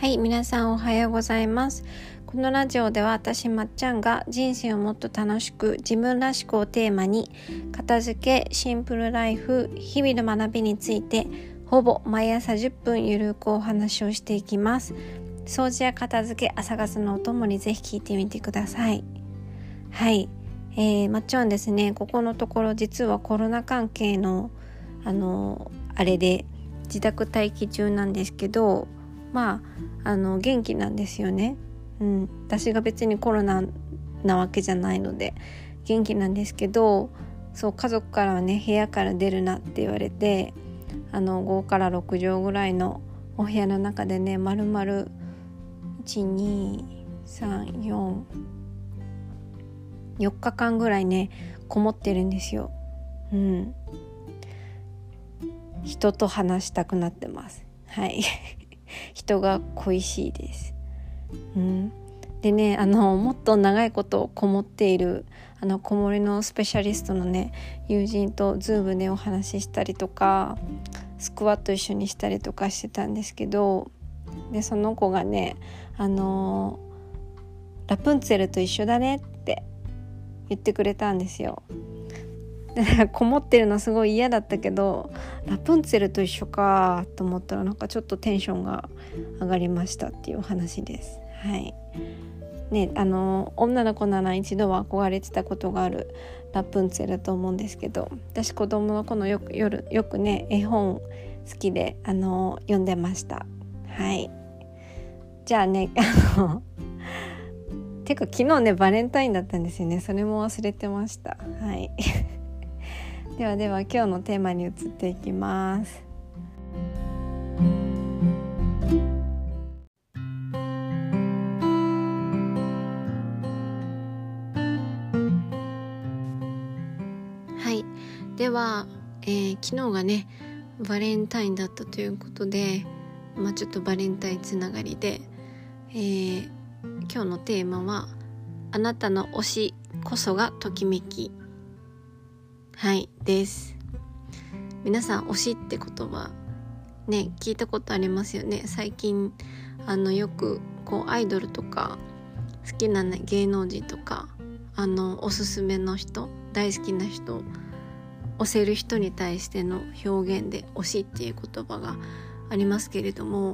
はい、皆さんおはようございます。このラジオでは私まっちゃんが人生をもっと楽しく自分らしくをテーマに片付け、シンプルライフ、日々の学びについてほぼ毎朝10分ゆるくお話をしていきます。掃除や片付け、朝活のお供にぜひ聞いてみてください。はい、まっちゃんですね、ここのところ実はコロナ関係のあれで自宅待機中なんですけど、元気なんですよね。私が別にコロナなわけじゃないので元気なんですけど、そう家族からはね、部屋から出るなって言われて、5から6畳ぐらいのお部屋の中でね、丸々 1,2,3,4 4日間ぐらいねこもってるんですよ。人と話したくなってます。はい人が恋しいです。でね、もっと長いことこもっているこもりのスペシャリストのね友人とズームでお話ししたりとか、スクワット一緒にしたりとかしてたんですけど、でその子がねラプンツェルと一緒だねって言ってくれたんですよ。でこもってるのすごい嫌だったけど、ラプンツェルと一緒かと思ったらなんかちょっとテンションが上がりましたっていうお話です。はいね、女の子なら一度は憧れてたことがあるラプンツェルと思うんですけど、私子供の頃よくね絵本好きで読んでました。はい、じゃあねてか昨日ねバレンタインだったんですよね。それも忘れてました。はいでは今日のテーマに移っていきます。はい、では、昨日がねバレンタインだったということで、ちょっとバレンタインつながりで、今日のテーマはあなたの推しこそがときめきです。皆さん推しって言葉ね聞いたことありますよね。最近よくアイドルとか好きな、芸能人とかおすすめの人、大好きな人、推せる人に対しての表現で推しっていう言葉がありますけれども、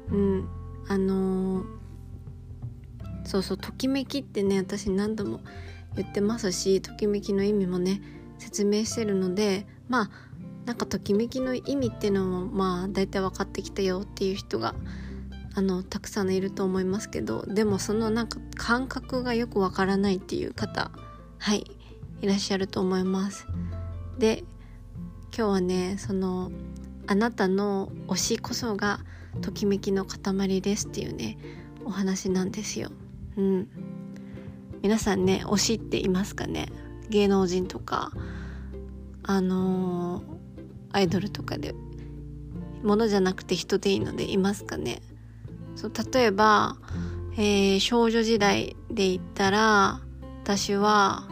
そうときめきってね、私何度も言ってますし、ときめきの意味もね説明してるので、なんかときめきの意味っていうのもだいたい分かってきたよっていう人がたくさんいると思いますけど、でもそのなんか感覚がよくわからないっていう方いらっしゃると思います。で今日はね、あなたの推しこそがときめきの塊ですっていうねお話なんですよ。皆さんね推しっていますかね。芸能人とかアイドルとかで、物じゃなくて人でいいのでいますかね。例えば、少女時代で言ったら私は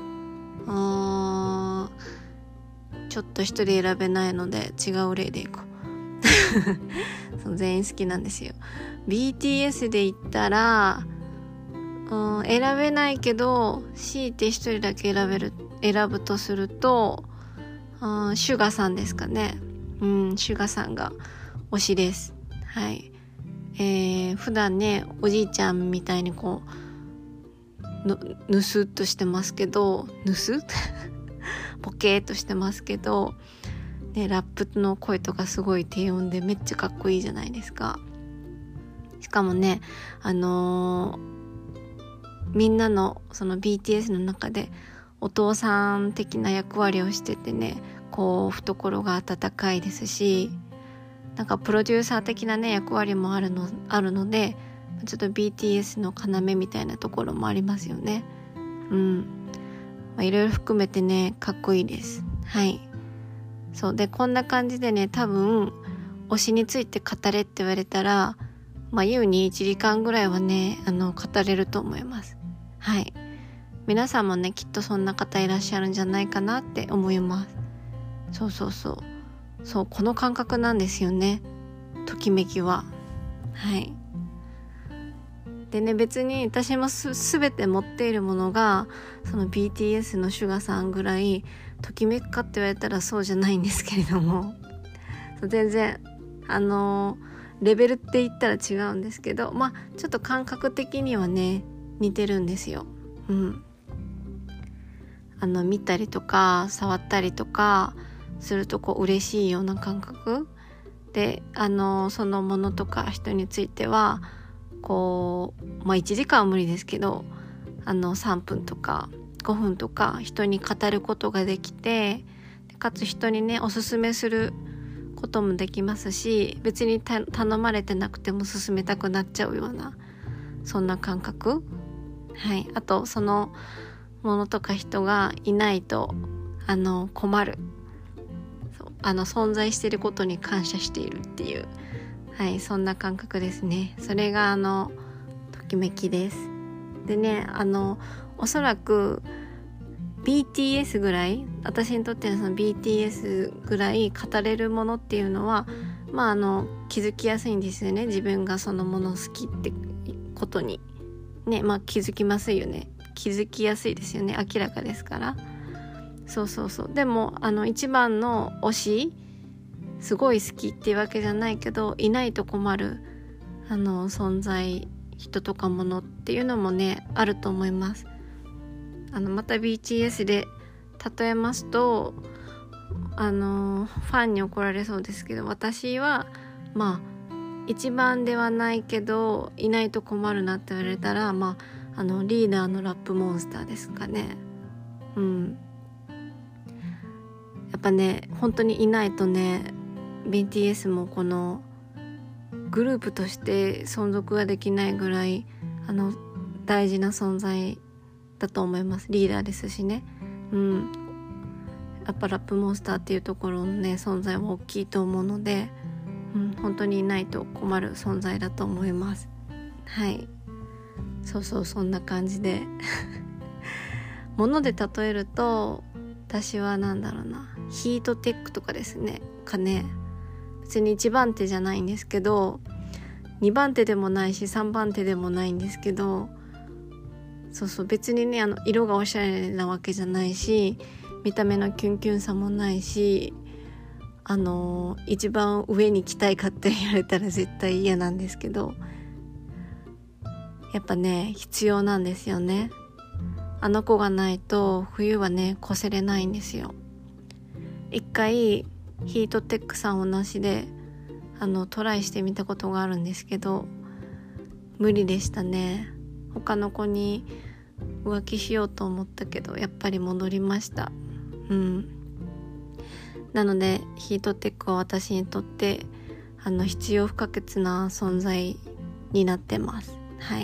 ちょっと一人選べないので違う例でいこう全員好きなんですよ。 BTS で言ったら選べないけど強いて一人だけ選ぶとするとシュガさんですかね。シュガさんが推しです。普段ねおじいちゃんみたいにぬすっとしてますけどポケーっとしてますけど、ラップの声とかすごい低音でめっちゃかっこいいじゃないですか。しかもねみんなのその BTS の中でお父さん的な役割をしててね、懐が温かいですし、なんかプロデューサー的なね役割もあるので、ちょっと BTS の要みたいなところもありますよね。いろいろ含めてねかっこいいです。そうで、こんな感じでね、多分推しについて語れって言われたら優に1時間ぐらいはね語れると思います。皆さんもねきっとそんな方いらっしゃるんじゃないかなって思います。そうこの感覚なんですよね、ときめきは。 でね、別に私も全て持っているものがその BTS のシュガさんぐらいときめくかって言われたらそうじゃないんですけれども、全然レベルって言ったら違うんですけど、ちょっと感覚的にはね似てるんですよ。見たりとか触ったりとかすると嬉しいような感覚で、そのものとか人については1時間は無理ですけど3分とか5分とか人に語ることができて、かつ人にねおすすめすることもできますし、別に頼まれてなくても勧めたくなっちゃうようなそんな感覚。あとそのものとか人がいないと困る、存在していることに感謝しているっていう、そんな感覚ですね。それがときめきです。でね、おそらく BTS ぐらい、私にとってのその BTS ぐらい語れるものっていうのは気づきやすいんですよね。自分がそのもの好きってことにね、気づきますよね。気づきやすいですよね。明らかですから。そうでも一番の推し、すごい好きっていうわけじゃないけど、いないと困る存在、人とかものっていうのもねあると思います。また BTS で例えますとファンに怒られそうですけど、私は一番ではないけどいないと困るなって言われたらリーダーのラップモンスターですかね。やっぱね、本当にいないとね BTS もこのグループとして存続ができないぐらい大事な存在だと思います。リーダーですしね。やっぱラップモンスターっていうところのね存在は大きいと思うので、本当にいないと困る存在だと思います。そんな感じでもので例えると、私はヒートテックとかですね別に1番手じゃないんですけど、2番手でもないし3番手でもないんですけど、別にね色がおしゃれなわけじゃないし、見た目のキュンキュンさもないし、一番上に来たいかって言われたら絶対嫌なんですけど、やっぱね必要なんですよね。あの子がないと冬はね越せれないんですよ。一回ヒートテックさんをなしでトライしてみたことがあるんですけど、無理でしたね。他の子に浮気しようと思ったけどやっぱり戻りました。なのでヒートテックは私にとって必要不可欠な存在になってます。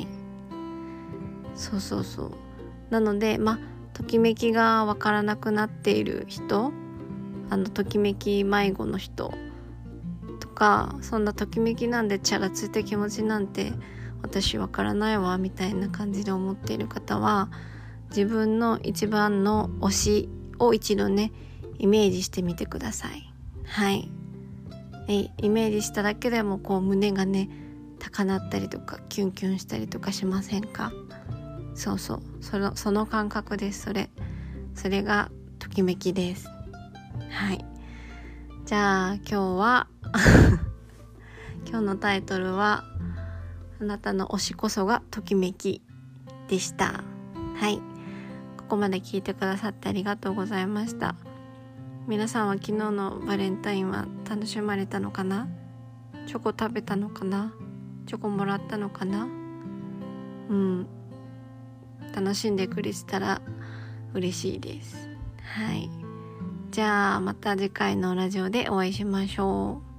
なのでときめきがわからなくなっている人、ときめき迷子の人とか、そんなときめきなんでチャラついた気持ちなんて私わからないわみたいな感じで思っている方は、自分の一番の推しを一度ねイメージしてみてください。イメージしただけでも胸がね高鳴ったりとかキュンキュンしたりとかしませんか？その感覚です。それがときめきです。じゃあ今日は今日のタイトルはあなたの推しこそがときめきでした。ここまで聞いてくださってありがとうございました。皆さんは昨日のバレンタインは楽しまれたのかな？チョコ食べたのかな？チョコもらったのかな？楽しんでくれてたら嬉しいです。じゃあまた次回のラジオでお会いしましょう。